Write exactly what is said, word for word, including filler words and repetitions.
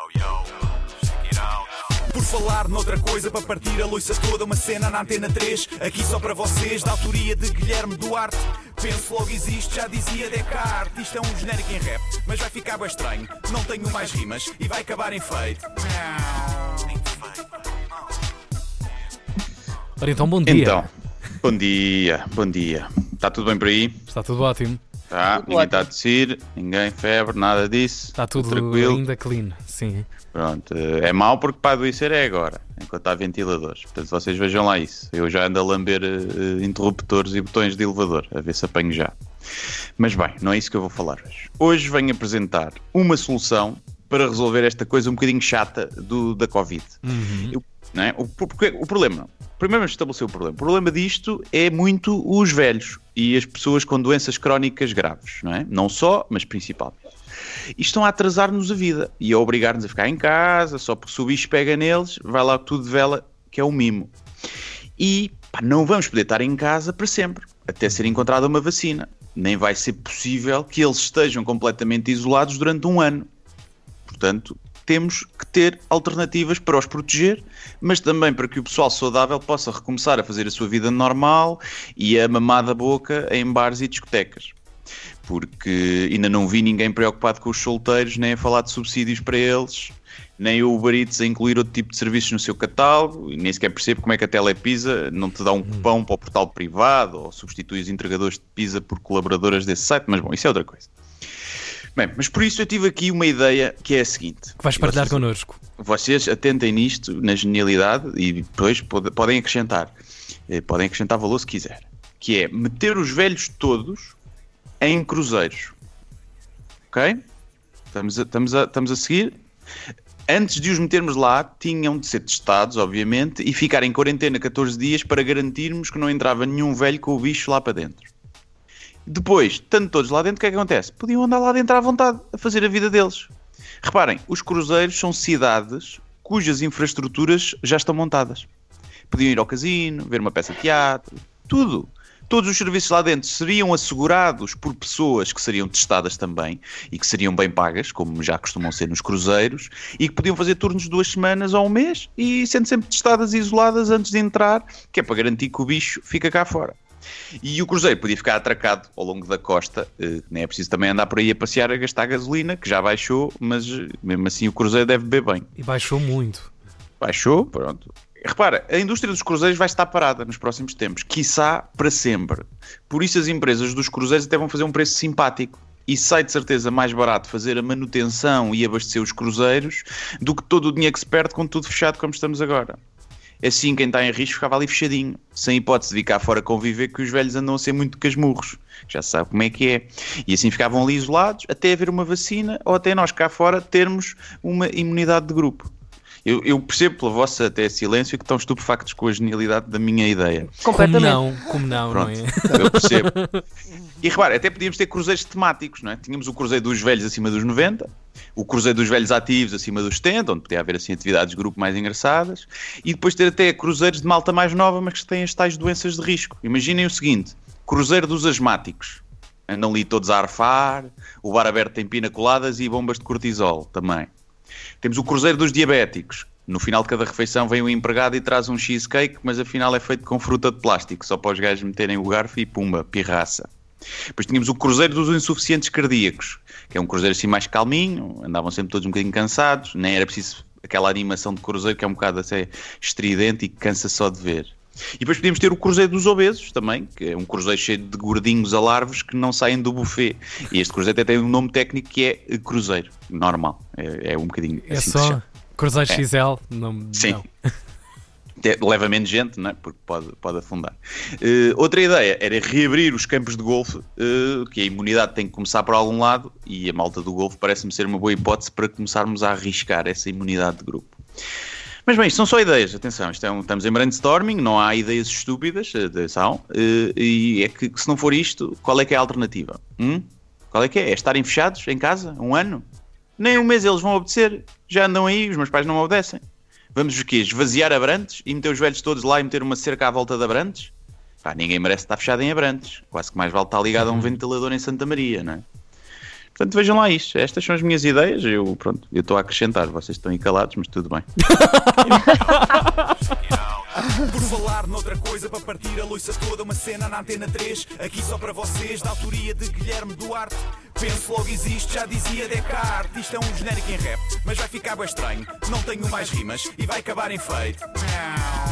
Por falar noutra coisa, para partir a loiça toda, uma cena na Antena três, aqui só para vocês, da autoria de Guilherme Duarte. Penso logo existe, já dizia Descartes. Isto é um genérico em rap, mas vai ficar bem estranho. Não tenho mais rimas e vai acabar em feio. Ora então, bom dia. Então, bom dia, bom dia. Está tudo bem por aí? Está tudo ótimo. Tá, ninguém está a tossir, ninguém febre, nada disso. Está tudo tranquilo. ainda clean, sim. Pronto, é mau porque para adoecer é agora, enquanto há ventiladores. Portanto, vocês vejam lá isso. Eu já ando a lamber uh, interruptores e botões de elevador, a ver se apanho já. Mas bem, não é isso que eu vou falar hoje. Hoje venho apresentar uma solução para resolver esta coisa um bocadinho chata do, da Covid. Uhum. Eu, não é? o, porque, o problema, primeiro vamos estabelecer o problema. O problema disto é muito os velhos e as pessoas com doenças crónicas graves, não é? Não só, mas principalmente. E estão a atrasar-nos a vida e a obrigar-nos a ficar em casa, só porque se o bicho pega neles, vai lá tudo de vela, que é um mimo. E pá, não vamos poder estar em casa para sempre, até ser encontrada uma vacina. Nem vai ser possível que eles estejam completamente isolados durante um ano. Portanto, temos que ter alternativas para os proteger, mas também para que o pessoal saudável possa recomeçar a fazer a sua vida normal e a mamar da boca em bares e discotecas. Porque ainda não vi ninguém preocupado com os solteiros, nem a falar de subsídios para eles, nem o Uber Eats a incluir outro tipo de serviços no seu catálogo, e nem sequer percebo como é que a Telepizza não te dá um cupão para o portal privado, ou substitui os entregadores de pizza por colaboradoras desse site, mas bom, isso é outra coisa. Bem, mas por isso eu tive aqui uma ideia que é a seguinte. Que vais partilhar vocês, connosco. Vocês atentem nisto, na genialidade, e depois pode, podem acrescentar, podem acrescentar valor se quiser, que é meter os velhos todos em cruzeiros. Ok? Estamos a, estamos a, estamos a seguir? Antes de os metermos lá, tinham de ser testados, obviamente, e ficar em quarentena catorze dias para garantirmos que não entrava nenhum velho com o bicho lá para dentro. Depois, estando todos lá dentro, o que é que acontece? Podiam andar lá dentro à vontade, a fazer a vida deles. Reparem, os cruzeiros são cidades cujas infraestruturas já estão montadas. Podiam ir ao casino, ver uma peça de teatro, tudo. Todos os serviços lá dentro seriam assegurados por pessoas que seriam testadas também e que seriam bem pagas, como já costumam ser nos cruzeiros, e que podiam fazer turnos de duas semanas ou um mês e sendo sempre testadas e isoladas antes de entrar, que é para garantir que o bicho fica cá fora. E o cruzeiro podia ficar atracado ao longo da costa, nem é preciso também andar por aí a passear a gastar gasolina, que já baixou, mas mesmo assim o cruzeiro deve beber bem. E baixou muito. Baixou, pronto. Repara, a indústria dos cruzeiros vai estar parada nos próximos tempos, quiçá para sempre. Por isso as empresas dos cruzeiros até vão fazer um preço simpático. E sai de certeza mais barato fazer a manutenção e abastecer os cruzeiros do que todo o dinheiro que se perde com tudo fechado como estamos agora. Assim quem está em risco ficava ali fechadinho, sem hipótese de vir cá fora conviver, que os velhos andam a ser muito casmurros. Já se sabe como é que é. E assim ficavam ali isolados até haver uma vacina ou até nós cá fora termos uma imunidade de grupo. Eu, eu percebo pela vossa até silêncio que estão estupefactos com a genialidade da minha ideia. Como não, como não, Pronto, não é? eu percebo. E repara, até podíamos ter cruzeiros temáticos, não é? Tínhamos o cruzeiro dos velhos acima dos noventa, o cruzeiro dos velhos ativos acima dos setenta, onde podia haver assim atividades de grupo mais engraçadas, e depois ter até cruzeiros de malta mais nova, mas que têm as tais doenças de risco. Imaginem o seguinte, cruzeiro dos asmáticos. Andam ali todos a arfar, o bar aberto tem pina coladas e bombas de cortisol também. Temos o cruzeiro dos diabéticos. No final de cada refeição vem um empregado e traz um cheesecake, mas afinal é feito com fruta de plástico, só para os gajos meterem o garfo e pumba, pirraça. Depois tínhamos o cruzeiro dos insuficientes cardíacos, que é um cruzeiro assim mais calminho, andavam sempre todos um bocadinho cansados, nem era preciso aquela animação de cruzeiro que é um bocado assim estridente e que cansa só de ver. E depois podíamos ter o cruzeiro dos obesos também, que é um cruzeiro cheio de gordinhos alarves que não saem do buffet. E este cruzeiro até tem um nome técnico que é cruzeiro, normal, é, é um bocadinho É assim só cruzeiro é. X L? Não, Sim. Não. Leva menos gente, não é? Porque pode, pode afundar. Uh, outra ideia era reabrir os campos de golfe, uh, que a imunidade tem que começar por algum lado, e a malta do golfe parece-me ser uma boa hipótese para começarmos a arriscar essa imunidade de grupo. Mas bem, isto são só ideias, atenção, isto é um, estamos em brainstorming, não há ideias estúpidas, atenção, uh, e é que se não for isto, qual é que é a alternativa? Hum? Qual é que é? É estarem fechados em casa um ano? Nem um mês eles vão obedecer, já andam aí, os meus pais não obedecem. Vamos o quê? Esvaziar Abrantes e meter os velhos todos lá e meter uma cerca à volta de Abrantes? Pá, ninguém merece estar fechado em Abrantes. Quase que mais vale estar ligado a um ventilador em Santa Maria, não é? Portanto, vejam lá isto. Estas são as minhas ideias. Eu, pronto, eu estou a acrescentar. Vocês estão aí calados, mas tudo bem. Por falar noutra coisa, para partir a louça toda, uma cena na Antena três, aqui só para vocês, da autoria de Guilherme Duarte. Penso logo existe, já dizia Descartes. Isto é um genérico em rap, mas vai ficar bem estranho. Não tenho mais rimas e vai acabar em feito.